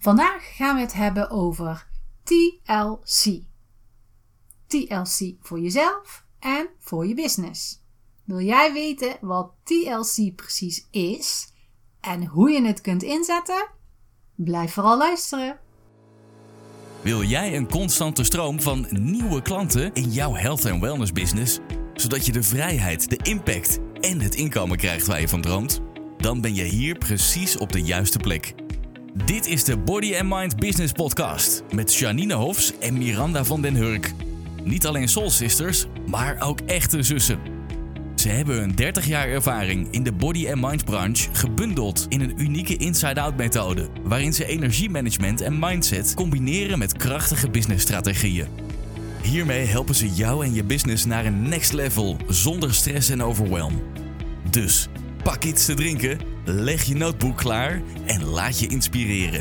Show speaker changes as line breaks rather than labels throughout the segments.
Vandaag gaan we het hebben over TLC. TLC voor jezelf en voor je business. Wil jij weten wat TLC precies is en hoe je het kunt inzetten? Blijf vooral luisteren.
Wil jij een constante stroom van nieuwe klanten in jouw health en wellness business, zodat je de vrijheid, de impact en het inkomen krijgt waar je van droomt? Dan ben je hier precies op de juiste plek. Dit is de Body and Mind Business Podcast met Janine Hofs en Miranda van den Hurk. Niet alleen soul sisters, maar ook echte zussen. Ze hebben hun 30 jaar ervaring in de body and mind branche gebundeld in een unieke inside-out methode, waarin ze energiemanagement en mindset combineren met krachtige businessstrategieën. Hiermee helpen ze jou en je business naar een next level zonder stress en overwhelm. Dus pak iets te drinken, leg je notebook klaar en laat je inspireren.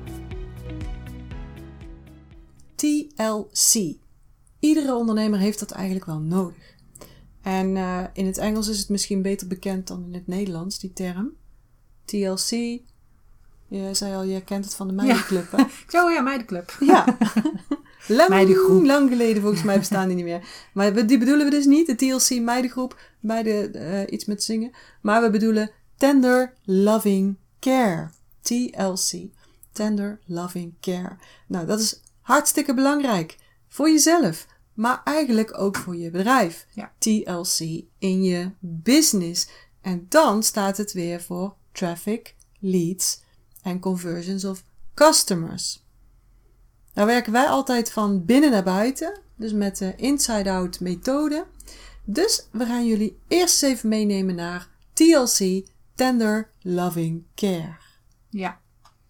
TLC. Iedere ondernemer heeft dat eigenlijk wel nodig. En in het Engels is het misschien beter bekend dan in het Nederlands, die term. TLC. Je zei al, je kent het van de meidenclub, hè?
Ja, meidenclub.
Ja.
Meidengroep.
Lang geleden, volgens mij bestaan die niet meer. Maar die bedoelen we dus niet, de TLC meidengroep, iets met zingen. Maar we bedoelen Tender Loving Care. TLC. Tender Loving Care. Nou, dat is hartstikke belangrijk. Voor jezelf. Maar eigenlijk ook voor je bedrijf.
Ja.
TLC in je business. En dan staat het weer voor traffic, leads en conversions of customers. Nou werken wij altijd van binnen naar buiten. Dus met de inside-out methode. Dus we gaan jullie eerst even meenemen naar TLC, Tender Loving Care.
Ja.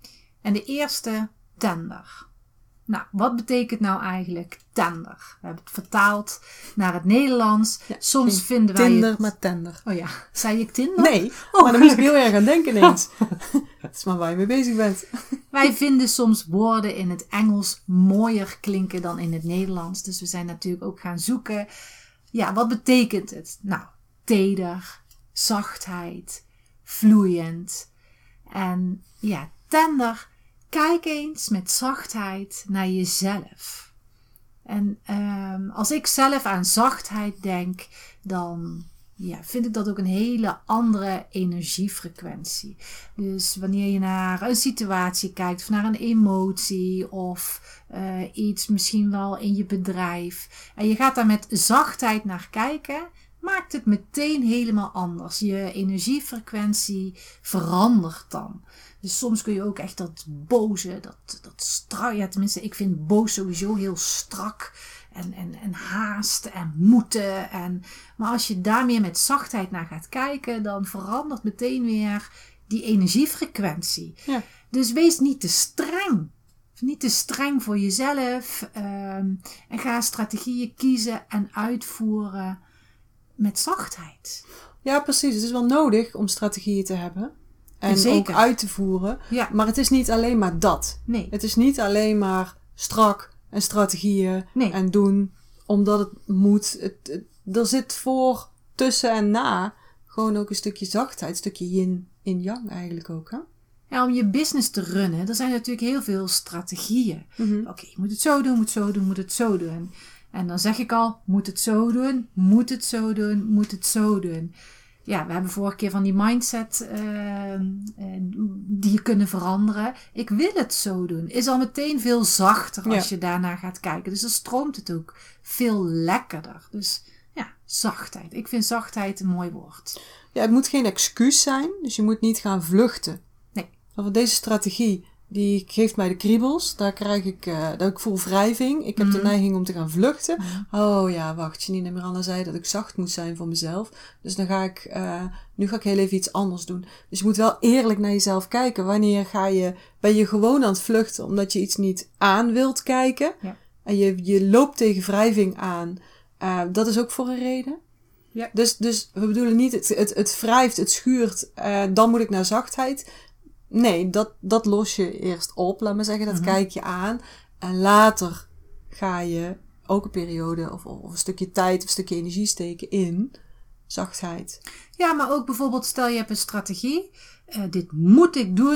En de eerste, tender. Nou, wat betekent nou eigenlijk tender? We hebben het vertaald naar het Nederlands.
Ja,
Soms vinden wij
Tinder,
het...
maar tender.
Oh ja, zei ik Tinder?
Nee, maar daar moest ik heel erg aan denken ineens. Dat is maar waar je mee bezig bent.
Wij vinden soms woorden in het Engels mooier klinken dan in het Nederlands. Dus we zijn natuurlijk ook gaan zoeken. Ja, wat betekent het? Nou, teder, zachtheid, vloeiend. En ja, tender. Kijk eens met zachtheid naar jezelf. En als ik zelf aan zachtheid denk, dan vind ik dat ook een hele andere energiefrequentie. Dus wanneer je naar een situatie kijkt, of naar een emotie, of iets misschien wel in je bedrijf, en je gaat daar met zachtheid naar kijken, maakt het meteen helemaal anders. Je energiefrequentie verandert dan. Dus soms kun je ook echt dat boze, dat strak, ja tenminste ik vind boos sowieso heel strak en haast en moeten. Maar als je daar meer met zachtheid naar gaat kijken, dan verandert meteen weer die energiefrequentie.
Ja.
Dus wees niet te streng. Niet te streng voor jezelf en ga strategieën kiezen en uitvoeren met zachtheid.
Ja, precies. Het is wel nodig om strategieën te hebben. En
Zeker.
ook uit te voeren.
Ja.
Maar het is niet alleen maar dat.
Nee.
Het is niet alleen maar strak en strategieën
Nee.
en doen omdat het moet. Er zit voor, tussen en na gewoon ook een stukje zachtheid. Een stukje yin-yang eigenlijk ook. Hè?
Ja, om je business te runnen, er zijn natuurlijk heel veel strategieën.
Mm-hmm.
Oké, je moet het zo doen, moet het zo doen. En dan zeg ik al, moet het zo doen, moet het zo doen, moet het zo doen. Ja, we hebben vorige keer van die mindset die je kunnen veranderen. Ik wil het zo doen. Is al meteen veel zachter als je daarnaar gaat kijken. Dus dan stroomt het ook veel lekkerder. Dus ja, zachtheid. Ik vind zachtheid een mooi woord.
Ja, het moet geen excuus zijn. Dus je moet niet gaan vluchten.
Nee.
Want deze strategie, die geeft mij de kriebels. Daar krijg ik, ik voel wrijving. Ik heb de neiging om te gaan vluchten. Oh ja, wacht. Janine en Miranda zei dat ik zacht moet zijn voor mezelf. Dus dan ga ik, nu ga ik heel even iets anders doen. Dus je moet wel eerlijk naar jezelf kijken. Wanneer ben je gewoon aan het vluchten omdat je iets niet aan wilt kijken.
Ja.
En je loopt tegen wrijving aan. Dat is ook voor een reden.
Ja.
Dus we bedoelen niet, het wrijft, het schuurt. Dan moet ik naar zachtheid. Nee, dat los je eerst op, laat maar zeggen. Dat kijk je aan. En later ga je ook een periode of een stukje tijd of een stukje energie steken in zachtheid.
Ja, maar ook bijvoorbeeld stel je hebt een strategie. Dit moet ik doen.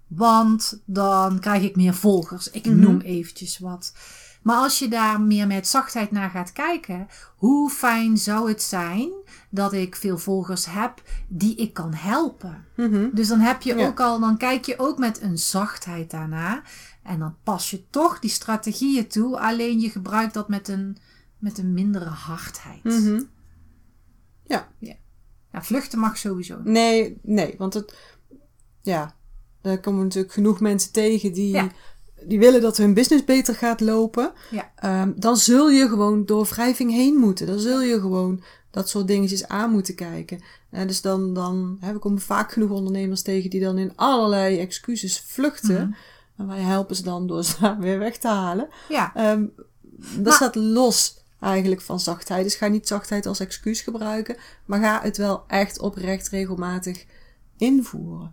want dan krijg ik meer volgers. Ik noem eventjes wat. Maar als je daar meer met zachtheid naar gaat kijken, hoe fijn zou het zijn dat ik veel volgers heb die ik kan helpen. Dus dan heb je ook al, dan kijk je ook met een zachtheid daarna. En dan pas je toch die strategieën toe, alleen je gebruikt dat met een mindere hardheid.
Ja.
Nou, vluchten mag sowieso niet.
Nee, want daar komen natuurlijk genoeg mensen tegen die willen dat hun business beter gaat lopen.
Ja.
Dan zul je gewoon door wrijving heen moeten. Dan zul je gewoon dat soort dingetjes aan moeten kijken. Dus dan we komen vaak genoeg ondernemers tegen die dan in allerlei excuses vluchten. En wij helpen ze dan door ze daar weer weg te halen.
Ja.
Dat staat los eigenlijk van zachtheid. Dus ga niet zachtheid als excuus gebruiken. Maar ga het wel echt oprecht regelmatig invoeren.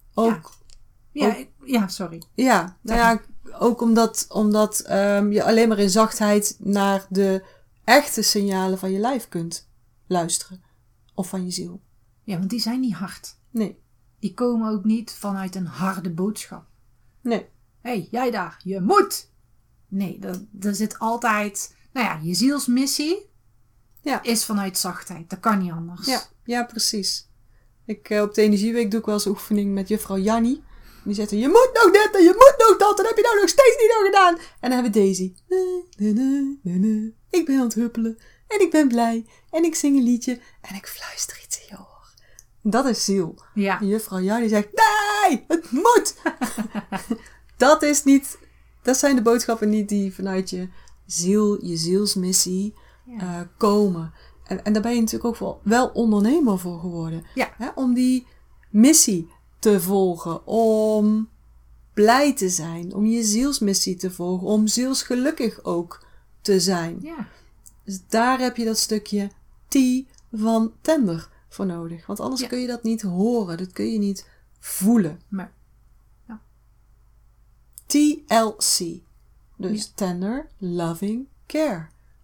Sorry.
Ja, nou ja, ook omdat je alleen maar in zachtheid naar de echte signalen van je lijf kunt luisteren. Of van je ziel.
Ja, want die zijn niet hard.
Nee.
Die komen ook niet vanuit een harde boodschap.
Nee.
Hey, jij daar, je moet! Nee, er zit altijd... je zielsmissie is vanuit zachtheid. Dat kan niet anders.
Ja, precies. Op de Energieweek doe ik wel eens oefening met juffrouw Jannie. Die zegt, je moet nog dit en je moet nog dat. Dat heb je nou nog steeds niet nog gedaan. En dan hebben we Daisy. Ik ben aan het huppelen. En ik ben blij. En ik zing een liedje. En ik fluister iets in je oor. Dat is ziel.
Ja.
En juffrouw Jannie zegt, nee, het moet. Dat zijn de boodschappen niet die vanuit je ziel, je zielsmissie komen. En daar ben je natuurlijk ook wel ondernemer voor geworden.
Ja.
Hè? Om die missie te volgen. Om blij te zijn. Om je zielsmissie te volgen. Om zielsgelukkig ook te zijn.
Ja.
Dus daar heb je dat stukje T van tender voor nodig. Want anders kun je dat niet horen. Dat kun je niet voelen.
Maar,
TLC. Dus tender, loving, care.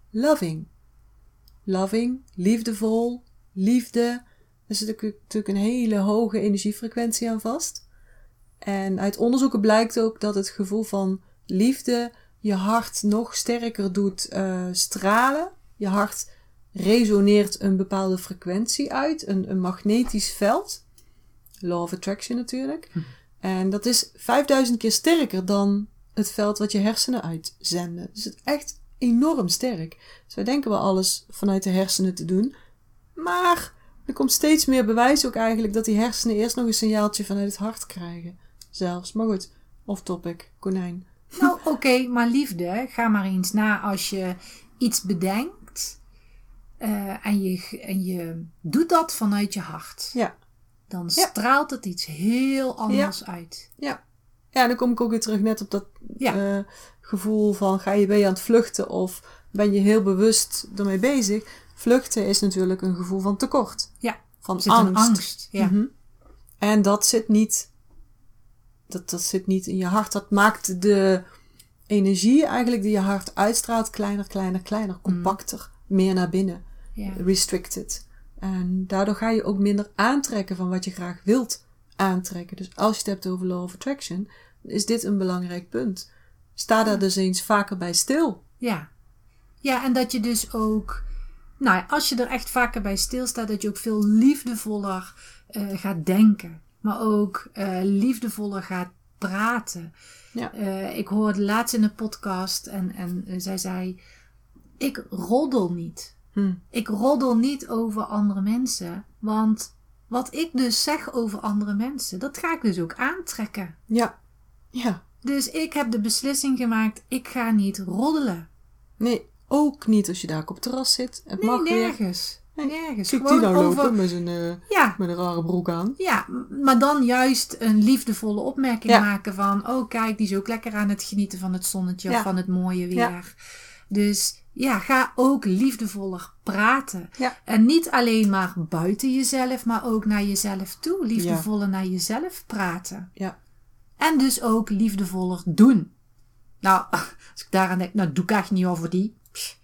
Loving, liefdevol, liefde. Er zit natuurlijk een hele hoge energiefrequentie aan vast. En uit onderzoeken blijkt ook dat het gevoel van liefde je hart nog sterker doet stralen. Je hart resoneert een bepaalde frequentie uit, een magnetisch veld. Law of Attraction natuurlijk. En dat is 5000 keer sterker dan het veld wat je hersenen uitzenden. Dus het is echt enorm sterk. Dus wij denken wel alles vanuit de hersenen te doen. Maar er komt steeds meer bewijs ook eigenlijk dat die hersenen eerst nog een signaaltje vanuit het hart krijgen. Zelfs. Maar goed, off topic, konijn.
Nou oké, maar liefde, ga maar eens na als je iets bedenkt en je doet dat vanuit je hart.
Ja.
Dan straalt het iets heel anders uit.
Ja, dan kom ik ook weer terug net op dat gevoel van ben je aan het vluchten of ben je heel bewust ermee bezig. Vluchten is natuurlijk een gevoel van tekort.
Ja,
van
zit
angst.
Een angst. Ja.
En dat zit niet dat zit niet in je hart. Dat maakt de energie eigenlijk die je hart uitstraalt kleiner, compacter, meer naar binnen. Restricted. En daardoor ga je ook minder aantrekken van wat je graag wilt aantrekken. Dus als je het hebt over Law of Attraction, is dit een belangrijk punt. Sta daar dus eens vaker bij stil.
Ja, en dat je dus ook, als je er echt vaker bij stilstaat, dat je ook veel liefdevoller gaat denken. Maar ook liefdevoller gaat praten.
Ja.
Ik hoorde laatst in een podcast en zij zei, ik roddel niet. Ik roddel niet over andere mensen. Want wat ik dus zeg over andere mensen, dat ga ik dus ook aantrekken.
Ja.
Dus ik heb de beslissing gemaakt, ik ga niet roddelen.
Nee, ook niet als je daar op het terras zit. Het mag
nergens.
Weer.
Nergens.
Kijk die nou lopen met een rare broek aan.
Ja, maar dan juist een liefdevolle opmerking maken van, oh kijk, die is ook lekker aan het genieten van het zonnetje of van het mooie weer. Ja. Dus ga ook liefdevoller praten.
Ja.
En niet alleen maar buiten jezelf, maar ook naar jezelf toe. Liefdevoller naar jezelf praten.
Ja.
En dus ook liefdevoller doen. Nou, als ik daaraan denk, doe ik echt niet over die.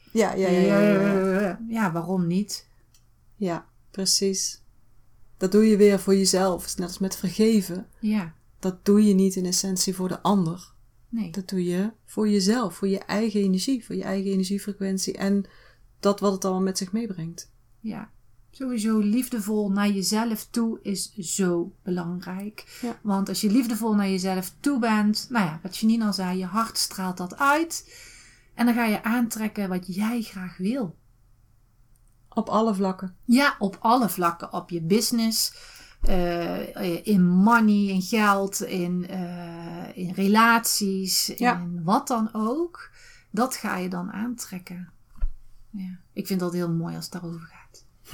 Ja, waarom niet?
Ja, precies. Dat doe je weer voor jezelf. Net als met vergeven.
Ja.
dat doe je niet in essentie voor de ander.
Nee.
Dat doe je voor jezelf, voor je eigen energie, voor je eigen energiefrequentie en dat wat het allemaal met zich meebrengt.
Ja. Sowieso liefdevol naar jezelf toe is zo belangrijk.
Ja.
Want als je liefdevol naar jezelf toe bent, nou ja, wat Janine al zei, je hart straalt dat uit. En dan ga je aantrekken wat jij graag wil.
Op alle vlakken.
Ja, op alle vlakken. Op je business, in money, in geld, in relaties,
Ja.
in wat dan ook. Dat ga je dan aantrekken. Ja. Ik vind dat heel mooi als het daarover gaat.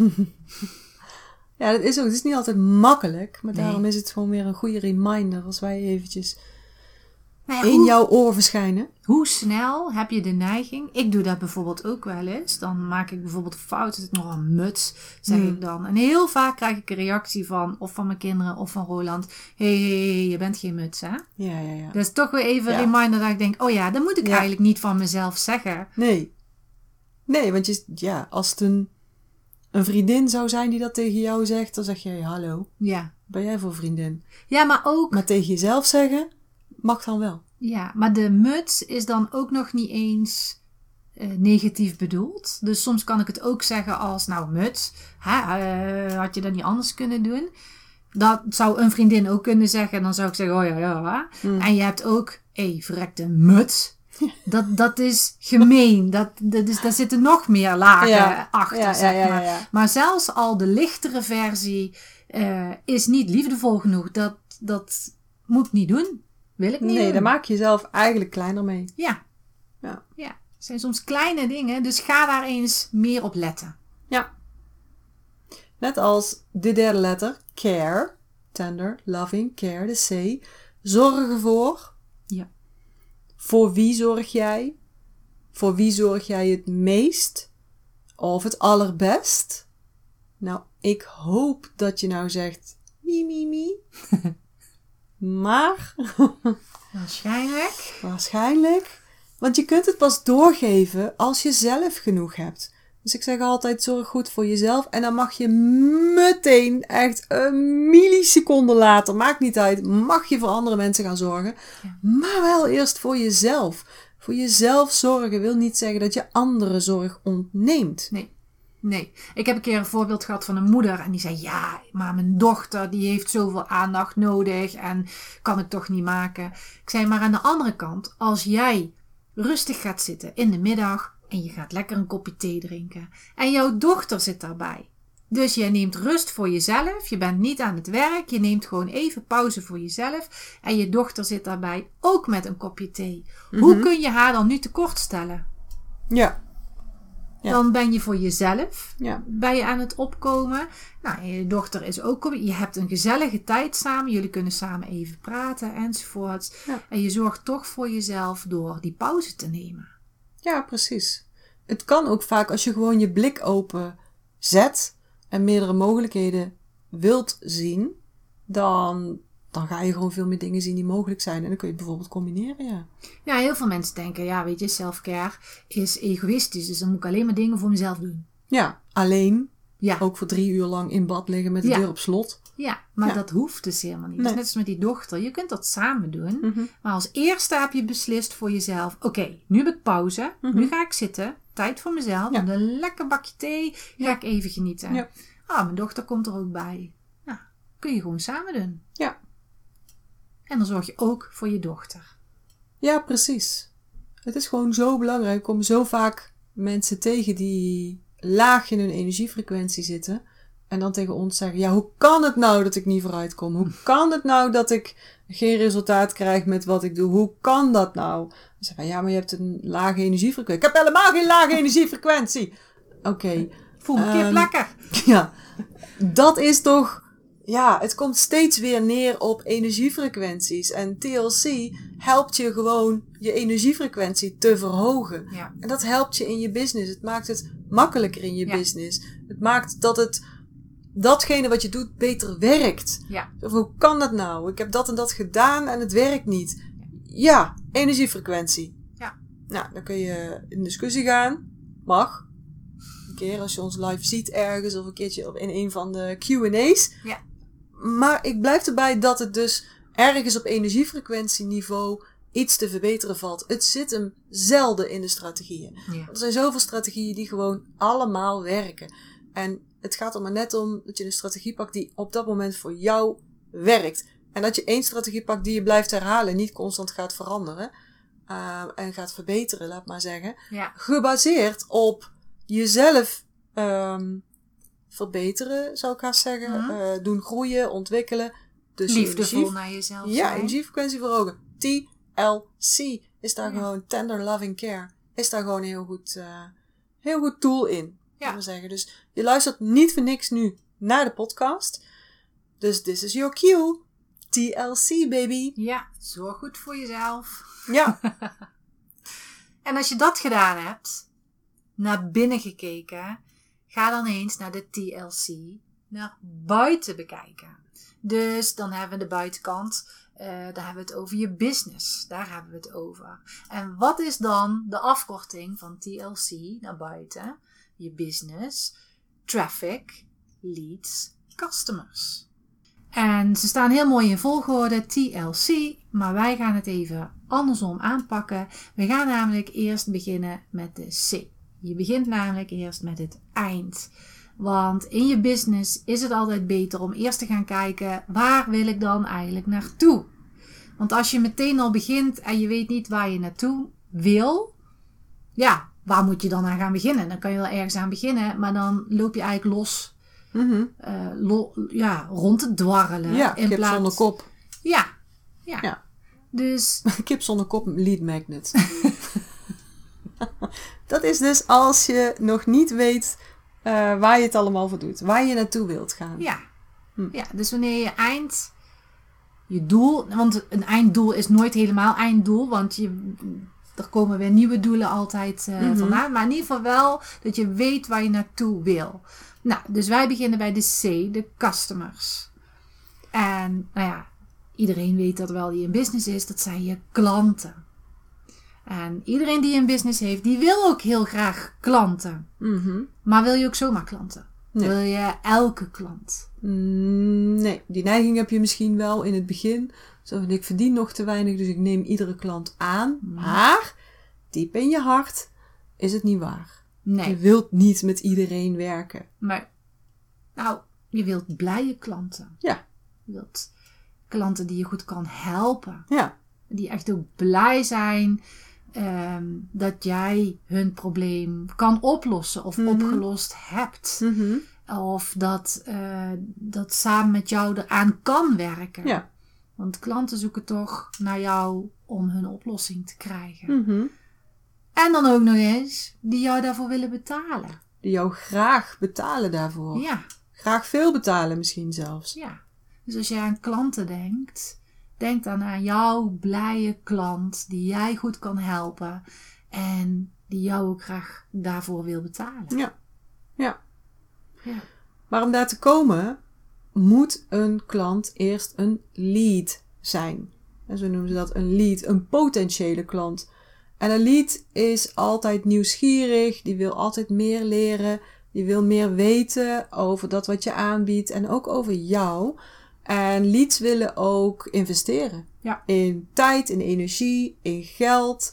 Ja, dat is ook. Het is niet altijd makkelijk. Maar
Nee.
daarom is het gewoon weer een goede reminder als wij eventjes
Nou ja,
in jouw oor verschijnen.
Hoe snel heb je de neiging? Ik doe dat bijvoorbeeld ook wel eens. Dan maak ik bijvoorbeeld een fout. Zit ik nog een muts, zeg ik dan. En heel vaak krijg ik een reactie van, of van mijn kinderen, of van Roland. Hey, je bent geen muts, hè?
Ja.
Dat is toch weer even
Ja.
een reminder dat ik denk, oh ja, dat moet ik
Ja.
eigenlijk niet van mezelf zeggen.
Nee, want als het een vriendin zou zijn die dat tegen jou zegt, dan zeg je, hallo,
Ja.
ben jij voor vriendin?
Ja, maar ook,
Maar tegen jezelf zeggen, mag dan wel.
ja, maar de muts is dan ook nog niet eens negatief bedoeld. Dus soms kan ik het ook zeggen als, nou muts, had je dat niet anders kunnen doen? Dat zou een vriendin ook kunnen zeggen. En dan zou ik zeggen, oh ja. En je hebt ook, verrekte muts. Dat is gemeen. Daar zitten nog meer lagen achter, zeg maar.
Ja.
Maar zelfs al de lichtere versie is niet liefdevol genoeg. Dat moet ik niet doen. Wil ik niet
Nee,
doen.
daar maak je jezelf eigenlijk kleiner mee.
Ja.
Ja.
Het zijn soms kleine dingen. Dus ga daar eens meer op letten.
Ja. Net als de derde letter, care, tender, loving, care, de C. Zorgen voor.
Ja.
Voor wie zorg jij? Voor wie zorg jij het meest? Of het allerbest? Nou, ik hoop dat je nou zegt, me. Maar, waarschijnlijk. Want je kunt het pas doorgeven als je zelf genoeg hebt. Dus ik zeg altijd, zorg goed voor jezelf. En dan mag je meteen, echt een milliseconde later, maakt niet uit, mag je voor andere mensen gaan zorgen.
Ja.
Maar wel eerst voor jezelf. Voor jezelf zorgen wil niet zeggen dat je andere zorg ontneemt.
Nee. Ik heb een keer een voorbeeld gehad van een moeder. En die zei, ja, maar mijn dochter die heeft zoveel aandacht nodig. En kan ik toch niet maken. Ik zei, maar aan de andere kant, als jij rustig gaat zitten in de middag. En je gaat lekker een kopje thee drinken. En jouw dochter zit daarbij. Dus je neemt rust voor jezelf. Je bent niet aan het werk. Je neemt gewoon even pauze voor jezelf. En je dochter zit daarbij ook met een kopje thee. Hoe kun je haar dan nu tekortstellen?
Ja. Ja.
Dan ben je voor jezelf
Ja.
ben je aan het opkomen. Nou, je dochter is ook. Je hebt een gezellige tijd samen. Jullie kunnen samen even praten enzovoort.
Ja.
En je zorgt toch voor jezelf door die pauze te nemen.
Ja, precies. Het kan ook vaak als je gewoon je blik open zet en meerdere mogelijkheden wilt zien, dan ga je gewoon veel meer dingen zien die mogelijk zijn. En dan kun je het bijvoorbeeld combineren, ja.
Ja, heel veel mensen denken, ja, weet je, self-care is egoïstisch. Dus dan moet ik alleen maar dingen voor mezelf doen.
Ja, alleen.
Ja,
Ook voor 3 uur lang in bad liggen met de
Ja.
deur op slot.
ja, maar
Ja.
dat hoeft dus helemaal niet.
Nee.
Dus net als met die dochter. Je kunt dat samen doen. Maar als eerste heb je beslist voor jezelf. Oké, nu heb ik pauze. Nu ga ik zitten. Tijd voor mezelf.
Ja.
Met een lekker bakje thee ga ik even genieten.
Ja.
Mijn dochter komt er ook bij. Nou, kun je gewoon samen doen.
Ja.
En dan zorg je ook voor je dochter.
Ja, precies. Het is gewoon zo belangrijk. Ik kom zo vaak mensen tegen die laag in hun energiefrequentie zitten. En dan tegen ons zeggen, ja, hoe kan het nou dat ik niet vooruit kom? Hoe kan het nou dat ik geen resultaat krijg met wat ik doe? Hoe kan dat nou? Dan zeggen we, ja, maar je hebt een lage energiefrequentie. Ik heb helemaal geen lage energiefrequentie. Oké.
Voel me kip lekker.
Ja, dat is toch... Ja, het komt steeds weer neer op energiefrequenties. En TLC helpt je gewoon je energiefrequentie te verhogen.
Ja.
En dat helpt je in je business. Het maakt het makkelijker in je business. Het maakt dat het datgene wat je doet beter werkt.
Ja.
Of hoe kan dat nou? Ik heb dat en dat gedaan en het werkt niet. Ja, energiefrequentie.
Ja.
Nou, dan kun je in discussie gaan. Mag. Een keer als je ons live ziet ergens of een keertje in een van de Q&A's.
Ja.
Maar ik blijf erbij dat het dus ergens op energiefrequentieniveau iets te verbeteren valt. Het zit hem zelden in de strategieën.
Ja.
Er zijn zoveel strategieën die gewoon allemaal werken. En het gaat er maar net om dat je een strategie pakt die op dat moment voor jou werkt. En dat je één strategie pakt die je blijft herhalen. Niet constant gaat veranderen. En gaat verbeteren, laat maar zeggen.
Ja.
Gebaseerd op jezelf verbeteren, zou ik haast zeggen. Doen groeien, ontwikkelen. Dus
Liefdevol naar jezelf
ja,
zijn.
energiefrequentie verhogen. TLC is daar gewoon tender loving care. Is daar gewoon een heel goed tool in.
Ja.
Maar zeggen. Dus je luistert niet voor niks nu naar de podcast. Dus this is your cue. TLC, baby.
Ja, zorg goed voor jezelf.
Ja.
En als je dat gedaan hebt, naar binnen gekeken, ga dan eens naar de TLC naar buiten bekijken. Dus dan hebben we de buitenkant, daar hebben we het over je business. Daar hebben we het over. En wat is dan de afkorting van TLC naar buiten? Je business, traffic, leads, customers. En ze staan heel mooi in volgorde, TLC, maar wij gaan het even andersom aanpakken. We gaan namelijk eerst beginnen met de C. Je begint namelijk eerst met het eind. Want in je business is het altijd beter om eerst te gaan kijken, waar wil ik dan eigenlijk naartoe? Want als je meteen al begint en je weet niet waar je naartoe wil, ja, waar moet je dan aan gaan beginnen? Dan kan je wel ergens aan beginnen, maar dan loop je eigenlijk los. Rond te dwarrelen.
Ja, kip zonder kop.
Ja. Dus
Kip zonder kop, lead magnet. Dat is dus als je nog niet weet waar je het allemaal voor doet. Waar je naartoe wilt gaan.
ja. Ja, dus wanneer je doel, want een einddoel is nooit helemaal einddoel, want er komen weer nieuwe doelen altijd vandaan. Maar in ieder geval wel dat je weet waar je naartoe wil. Nou, dus wij beginnen bij de C, de customers. En nou ja, iedereen weet dat wel die in business is, dat zijn je klanten. En iedereen die een business heeft, die wil ook heel graag klanten. Maar wil je ook zomaar klanten? Nee. Wil je elke klant?
Nee, die neiging heb je misschien wel in het begin. Zo van, ik verdien nog te weinig, dus ik neem iedere klant aan. Maar, diep in je hart, is het niet waar.
Nee.
Je wilt niet met iedereen werken.
Maar, nou, je wilt blije klanten.
Ja.
Je wilt klanten die je goed kan helpen.
Ja.
Die echt ook blij zijn dat jij hun probleem kan oplossen of opgelost hebt. Of dat samen met jou eraan kan werken.
Ja.
Want klanten zoeken toch naar jou om hun oplossing te krijgen. En dan ook nog eens die jou daarvoor willen betalen.
Die jou graag betalen daarvoor.
Ja.
Graag veel betalen misschien zelfs.
Ja. Dus als je aan klanten denkt, denk dan aan jouw blije klant die jij goed kan helpen. En die jou ook graag daarvoor wil betalen.
Ja. Ja.
Ja.
Maar om daar te komen, moet een klant eerst een lead zijn. En zo noemen ze dat, een lead, een potentiële klant. En een lead is altijd nieuwsgierig, die wil altijd meer leren, die wil meer weten over dat wat je aanbiedt en ook over jou. En leads willen ook investeren.
Ja.
In tijd, in energie, in geld.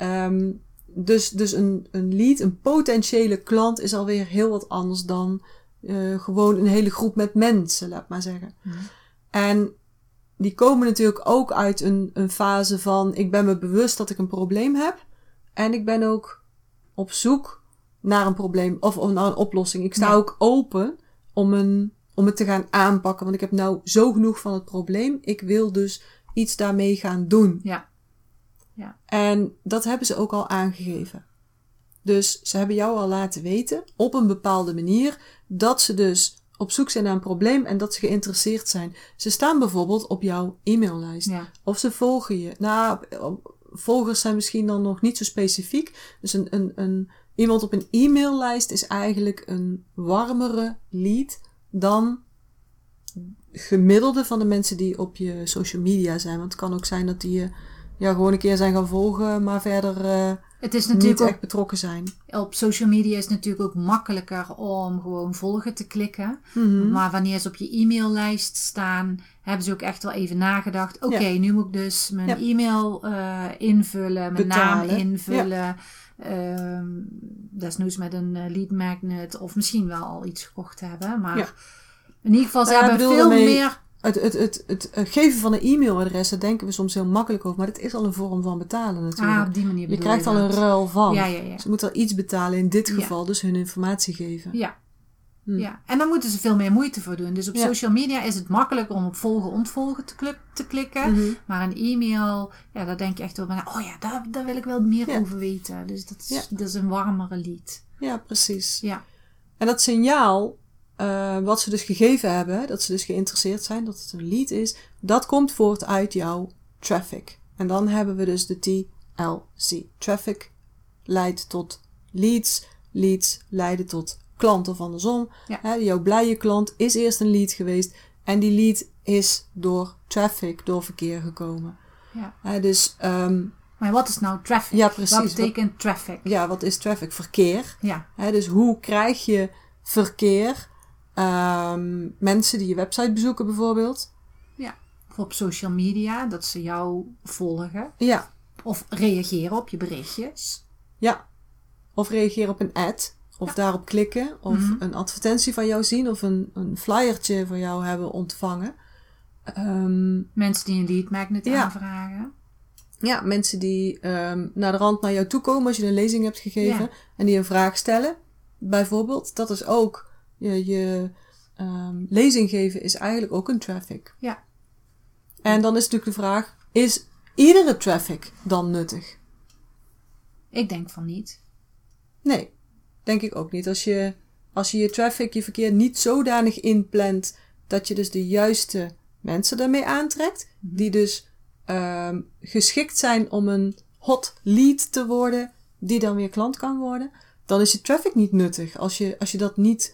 Dus een lead, een potentiële klant is alweer heel wat anders dan gewoon een hele groep met mensen, laat maar zeggen. En die komen natuurlijk ook uit een fase van, ik ben me bewust dat ik een probleem heb. En ik ben ook op zoek naar een probleem of naar een oplossing. Ik sta ook open om het te gaan aanpakken. Want ik heb nou zo genoeg van het probleem. Ik wil dus iets daarmee gaan doen.
Ja. Ja.
En dat hebben ze ook al aangegeven. Dus ze hebben jou al laten weten, op een bepaalde manier, dat ze dus op zoek zijn naar een probleem en dat ze geïnteresseerd zijn. Ze staan bijvoorbeeld op jouw e-maillijst.
Ja.
Of ze volgen je. Nou, volgers zijn misschien dan nog niet zo specifiek. Dus iemand op een e-maillijst is eigenlijk een warmere lead dan gemiddelde van de mensen die op je social media zijn. Want het kan ook zijn dat die je gewoon een keer zijn gaan volgen, maar verder
Het is
niet
natuurlijk
echt betrokken zijn.
op social media is het natuurlijk ook makkelijker om gewoon volgen te klikken. Maar wanneer ze op je e-maillijst staan, hebben ze ook echt wel even nagedacht. Oké, nu moet ik dus mijn e-mail invullen, mijn naam invullen. Desnoods met een lead magnet of misschien wel al iets gekocht hebben. Maar in ieder geval, ze hebben veel meer...
Het geven van een e-mailadres, daar denken we soms heel makkelijk over. Maar dat is al een vorm van betalen natuurlijk.
op die manier
je krijgt al een ruil van.
Ja.
Ze moeten al iets betalen, in dit geval dus hun informatie geven.
Ja, en dan moeten ze veel meer moeite voor doen. Dus op social media is het makkelijker om op volgen, ontvolgen te klikken. Maar een e-mail, daar denk je echt over. Daar wil ik wel meer over weten. Dus dat is een warmere lead.
Ja, precies.
Ja.
En dat signaal, wat ze dus gegeven hebben, dat ze dus geïnteresseerd zijn, dat het een lead is, dat komt voort uit jouw traffic. En dan hebben we dus de TLC. Traffic leidt tot leads. Leads leiden tot klanten of andersom. Jouw blije klant is eerst een lead geweest en die lead is door traffic, door verkeer gekomen. Dus...
maar wat is nou traffic?
Ja, precies.
Wat betekent traffic?
Ja, wat is traffic? Verkeer.
Ja.
Dus hoe krijg je verkeer? Mensen die je website bezoeken bijvoorbeeld.
Ja. Of op social media, dat ze jou volgen.
Ja.
Of reageren op je berichtjes.
Ja. Of reageren op een ad. Of daarop klikken. Of een advertentie van jou zien. Of een flyertje van jou hebben ontvangen.
Mensen die een lead magnet aanvragen.
Ja, mensen die naar de rand naar jou toe komen als je een lezing hebt gegeven. En die een vraag stellen. Bijvoorbeeld. Dat is ook je lezing geven is eigenlijk ook een traffic.
Ja.
En dan is natuurlijk de vraag, is iedere traffic dan nuttig?
Ik denk van niet.
Nee, denk ik ook niet. Als je traffic, je verkeer niet zodanig inplant dat je dus de juiste mensen daarmee aantrekt, die dus geschikt zijn om een hot lead te worden, die dan weer klant kan worden, dan is je traffic niet nuttig. Als je dat niet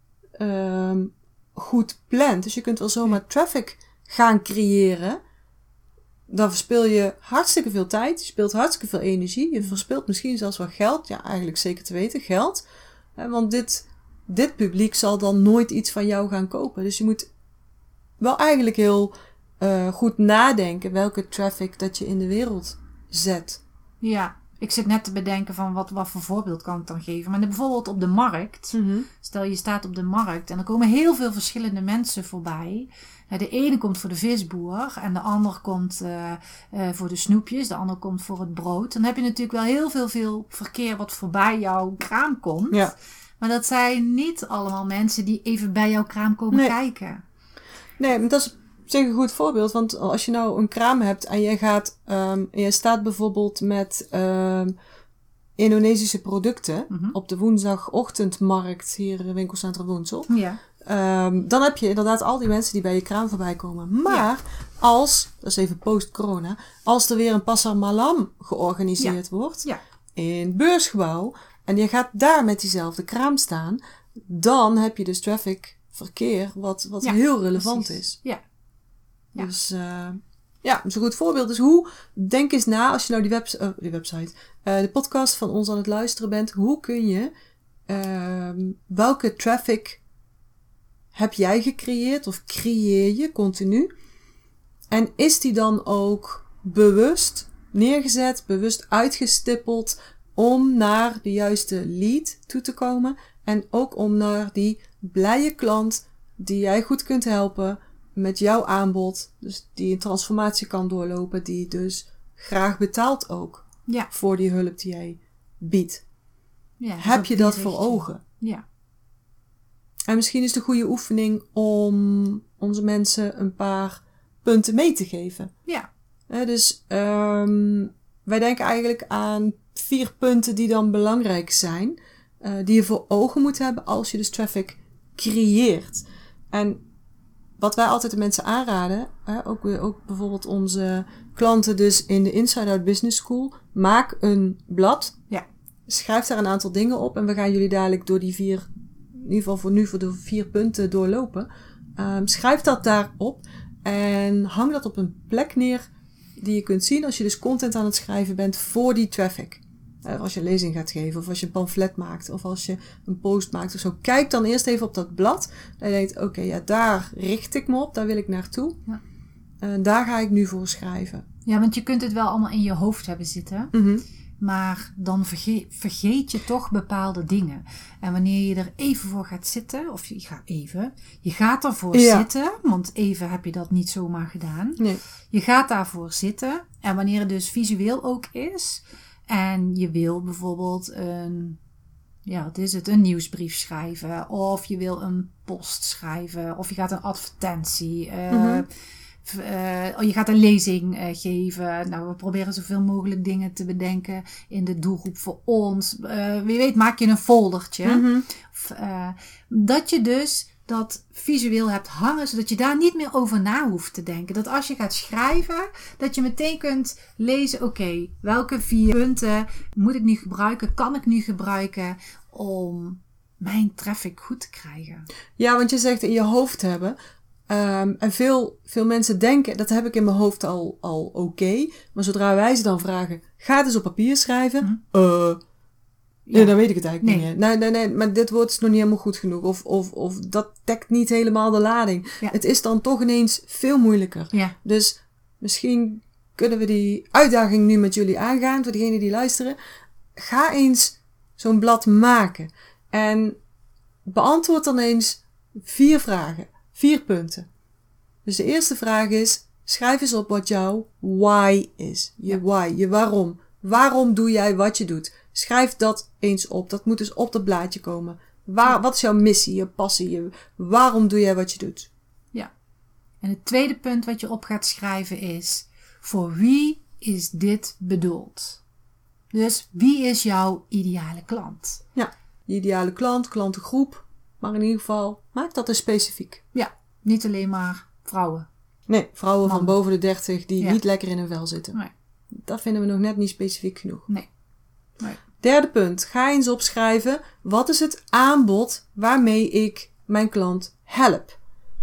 goed plant. Dus je kunt wel zomaar traffic gaan creëren. Dan verspil je hartstikke veel tijd. Je speelt hartstikke veel energie. Je verspilt misschien zelfs wel geld. Ja, eigenlijk zeker te weten, geld. Want dit publiek zal dan nooit iets van jou gaan kopen. Dus je moet wel eigenlijk heel goed nadenken welke traffic dat je in de wereld zet.
Ja, ik zit net te bedenken van wat voor voorbeeld kan ik dan geven. Maar bijvoorbeeld op de markt. Stel je staat op de markt en er komen heel veel verschillende mensen voorbij. De ene komt voor de visboer en de ander komt voor de snoepjes. De ander komt voor het brood. Dan heb je natuurlijk wel heel veel verkeer wat voorbij jouw kraam komt.
Ja.
Maar dat zijn niet allemaal mensen die even bij jouw kraam komen kijken.
Nee, maar dat is zeg een goed voorbeeld. Want als je nou een kraam hebt en jij gaat, je staat bijvoorbeeld met Indonesische producten op de woensdagochtendmarkt hier in winkelcentrum Woensel.
Ja.
Dan heb je inderdaad al die mensen die bij je kraam voorbij komen. Maar als, dat is even post-corona, als er weer een Pasar Malam georganiseerd wordt in Beursgebouw en je gaat daar met diezelfde kraam staan, dan heb je dus traffic, verkeer, wat heel relevant is.
Ja.
Dus dat is een goed voorbeeld. Dus denk eens na als je nou die website, de podcast van ons aan het luisteren bent. Hoe kun je, welke traffic heb jij gecreëerd of creëer je continu? En is die dan ook bewust neergezet, bewust uitgestippeld om naar de juiste lead toe te komen? En ook om naar die blije klant die jij goed kunt helpen met jouw aanbod. Dus die een transformatie kan doorlopen, die dus graag betaalt ook voor die hulp die jij biedt.
Ja, dus
heb je dat voor ogen?
Ja.
En misschien is het een goede oefening om onze mensen een paar punten mee te geven.
Ja.
Dus wij denken eigenlijk aan 4 punten die dan belangrijk zijn. Die je voor ogen moet hebben als je dus traffic creëert. En wat wij altijd de mensen aanraden, ook bijvoorbeeld onze klanten dus in de Inside Out Business School, maak een blad.
Ja.
Schrijf daar een aantal dingen op en we gaan jullie dadelijk door die 4, in ieder geval voor nu voor de 4 punten doorlopen. Schrijf dat daarop en hang dat op een plek neer die je kunt zien als je dus content aan het schrijven bent voor die traffic. Als je een lezing gaat geven, of als je een pamflet maakt, of als je een post maakt of zo. Kijk dan eerst even op dat blad. En je denkt, oké, ja, daar richt ik me op, daar wil ik naartoe.
Ja.
Daar ga ik nu voor schrijven.
Ja, want je kunt het wel allemaal in je hoofd hebben zitten.
Mm-hmm.
Maar dan vergeet je toch bepaalde dingen. En wanneer je er even voor gaat zitten, of je gaat ervoor zitten, want even heb je dat niet zomaar gedaan.
Nee.
Je gaat daarvoor zitten. En wanneer het dus visueel ook is, en je wil bijvoorbeeld een nieuwsbrief schrijven, of je wil een post schrijven, of je gaat een advertentie, je gaat een lezing geven. Nou, we proberen zoveel mogelijk dingen te bedenken in de doelgroep voor ons. Wie weet maak je een foldertje.
Mm-hmm.
Dat je dus dat visueel hebt hangen, zodat je daar niet meer over na hoeft te denken. Dat als je gaat schrijven, dat je meteen kunt lezen, oké, welke 4 punten moet ik nu gebruiken, kan ik nu gebruiken om mijn traffic goed te krijgen.
Ja, want je zegt in je hoofd hebben. En veel mensen denken, dat heb ik in mijn hoofd al oké. Maar zodra wij ze dan vragen, ga het eens op papier schrijven. Nee, dan weet ik het eigenlijk niet meer. Nee, maar dit woord is nog niet helemaal goed genoeg. Of dat dekt niet helemaal de lading.
Ja.
Het is dan toch ineens veel moeilijker.
Ja.
Dus misschien kunnen we die uitdaging nu met jullie aangaan. Voor degenen die luisteren. Ga eens zo'n blad maken. En beantwoord dan eens 4 vragen. 4 punten. Dus de eerste vraag is, schrijf eens op wat jouw why is. Je why, je waarom. Waarom doe jij wat je doet? Schrijf dat eens op. Dat moet dus op dat blaadje komen. Wat is jouw missie, je passie? Waarom doe jij wat je doet?
Ja. En het tweede punt wat je op gaat schrijven is, voor wie is dit bedoeld? Dus wie is jouw ideale klant?
Ja, je ideale klant, klantengroep. Maar in ieder geval, maak dat eens specifiek.
Ja, niet alleen maar vrouwen.
Nee, vrouwen
Mannen.
van boven de 30 die
Ja.
niet lekker in hun vel zitten.
Nee.
Dat vinden we nog net niet specifiek genoeg.
Nee.
Derde punt, ga eens opschrijven. Wat is het aanbod waarmee ik mijn klant help?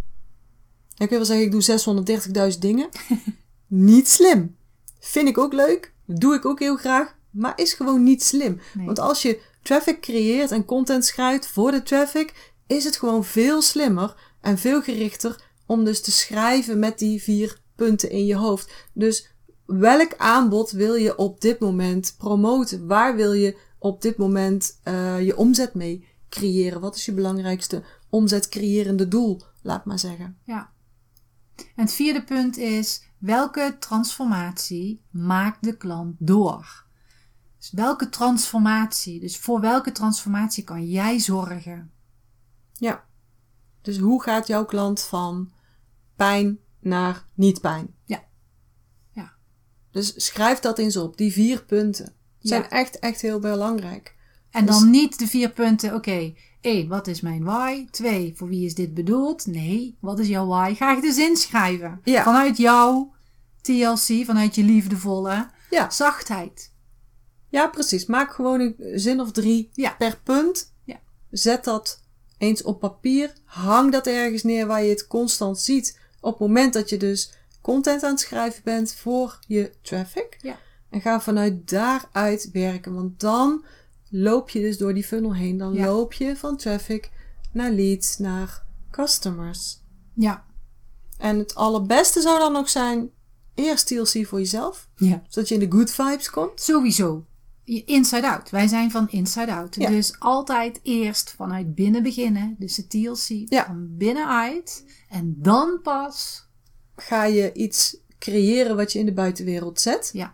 Ik wil wel zeggen, ik doe 630.000 dingen. Niet slim. Vind ik ook leuk. Doe ik ook heel graag. Maar is gewoon niet slim.
Nee.
Want als je traffic creëert en content schrijft voor de traffic, is het gewoon veel slimmer en veel gerichter om dus te schrijven met die 4 punten in je hoofd. Dus welk aanbod wil je op dit moment promoten? Waar wil je op dit moment je omzet mee creëren? Wat is je belangrijkste omzetcreërende doel, laat maar zeggen.
Ja. En het vierde punt is, welke transformatie maakt de klant door? Dus welke transformatie? Dus voor welke transformatie kan jij zorgen?
Ja. Dus hoe gaat jouw klant van pijn naar niet pijn?
Ja. Ja.
Dus schrijf dat eens op. Die 4 punten zijn
Ja.
echt heel belangrijk.
En
Dus-
dan niet de 4 punten, oké, 1, wat is mijn why? 2, voor wie is dit bedoeld? Nee, wat is jouw why? Ga je de zin schrijven.
Ja.
Vanuit jouw TLC, vanuit je liefdevolle
Ja.
zachtheid.
Ja, precies. Maak gewoon een zin of 3
Ja.
per punt.
Ja.
Zet dat eens op papier. Hang dat ergens neer waar je het constant ziet. Op het moment dat je dus content aan het schrijven bent voor je traffic.
Ja.
En ga vanuit daaruit werken. Want dan loop je dus door die funnel heen. Dan
Ja.
loop je van traffic naar leads, naar customers.
Ja.
En het allerbeste zou dan ook zijn, eerst TLC voor jezelf.
Ja.
Zodat je in de good vibes komt.
Sowieso. Inside out. Wij zijn van inside out.
Ja.
Dus altijd eerst vanuit binnen beginnen. Dus de TLC
Ja.
van binnenuit. En dan pas.
Ga je iets creëren wat je in de buitenwereld zet.
Ja.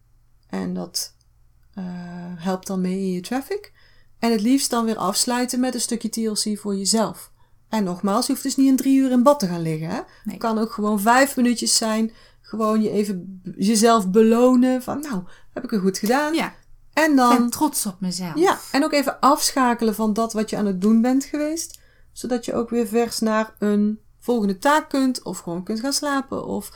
En dat helpt dan mee in je traffic. En het liefst dan weer afsluiten met een stukje TLC voor jezelf. En nogmaals, je hoeft dus niet in 3 uur in bad te gaan liggen. Hè?
Nee.
Het kan ook gewoon 5 minuutjes zijn. Gewoon jezelf belonen. Van nou, heb ik het goed gedaan.
Ja.
En
Ik
dan...
ben trots op mezelf.
Ja, en ook even afschakelen van dat wat je aan het doen bent geweest. Zodat je ook weer vers naar een volgende taak kunt. Of gewoon kunt gaan slapen. Of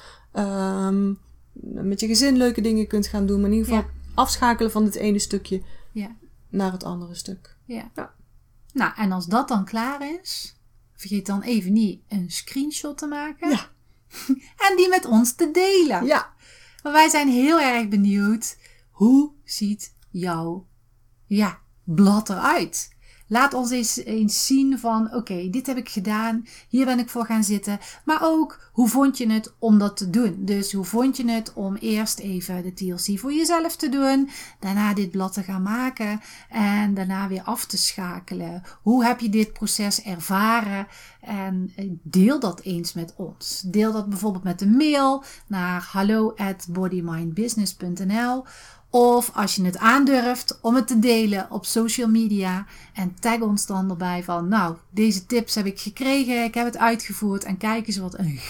met je gezin leuke dingen kunt gaan doen. Maar in ieder geval afschakelen van het ene stukje
Ja.
naar het andere stuk.
Ja.
Ja.
Nou, en als dat dan klaar is, vergeet dan even niet een screenshot te maken.
Ja.
En die met ons te delen.
Ja,
Want wij zijn heel erg benieuwd, hoe ziet jouw blad eruit? Laat ons eens zien van, oké, dit heb ik gedaan. Hier ben ik voor gaan zitten. Maar ook, hoe vond je het om dat te doen? Dus hoe vond je het om eerst even de TLC voor jezelf te doen. Daarna dit blad te gaan maken. En daarna weer af te schakelen. Hoe heb je dit proces ervaren? En deel dat eens met ons. Deel dat bijvoorbeeld met een mail naar hallo@bodymindbusiness.nl. Of als je het aandurft om het te delen op social media. En tag ons dan erbij van, nou, deze tips heb ik gekregen. Ik heb het uitgevoerd. En kijk eens wat een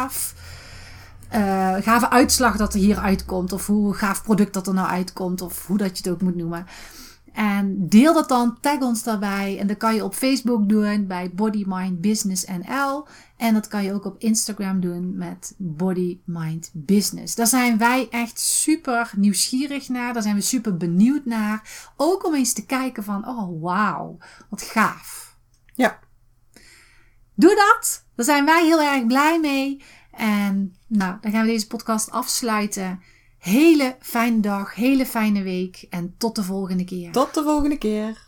gave uitslag dat er hier uitkomt. Of hoe gaaf product dat er nou uitkomt. Of hoe dat je het ook moet noemen. En deel dat dan, tag ons daarbij. En dat kan je op Facebook doen bij Body Mind Business NL. En dat kan je ook op Instagram doen met Body Mind Business. Daar zijn wij echt super nieuwsgierig naar. Daar zijn we super benieuwd naar. Ook om eens te kijken van, oh wauw, wat gaaf.
Ja.
Doe dat. Daar zijn wij heel erg blij mee. En nou, dan gaan we deze podcast afsluiten. Hele fijne dag, hele fijne week en tot de volgende keer.
Tot de volgende keer.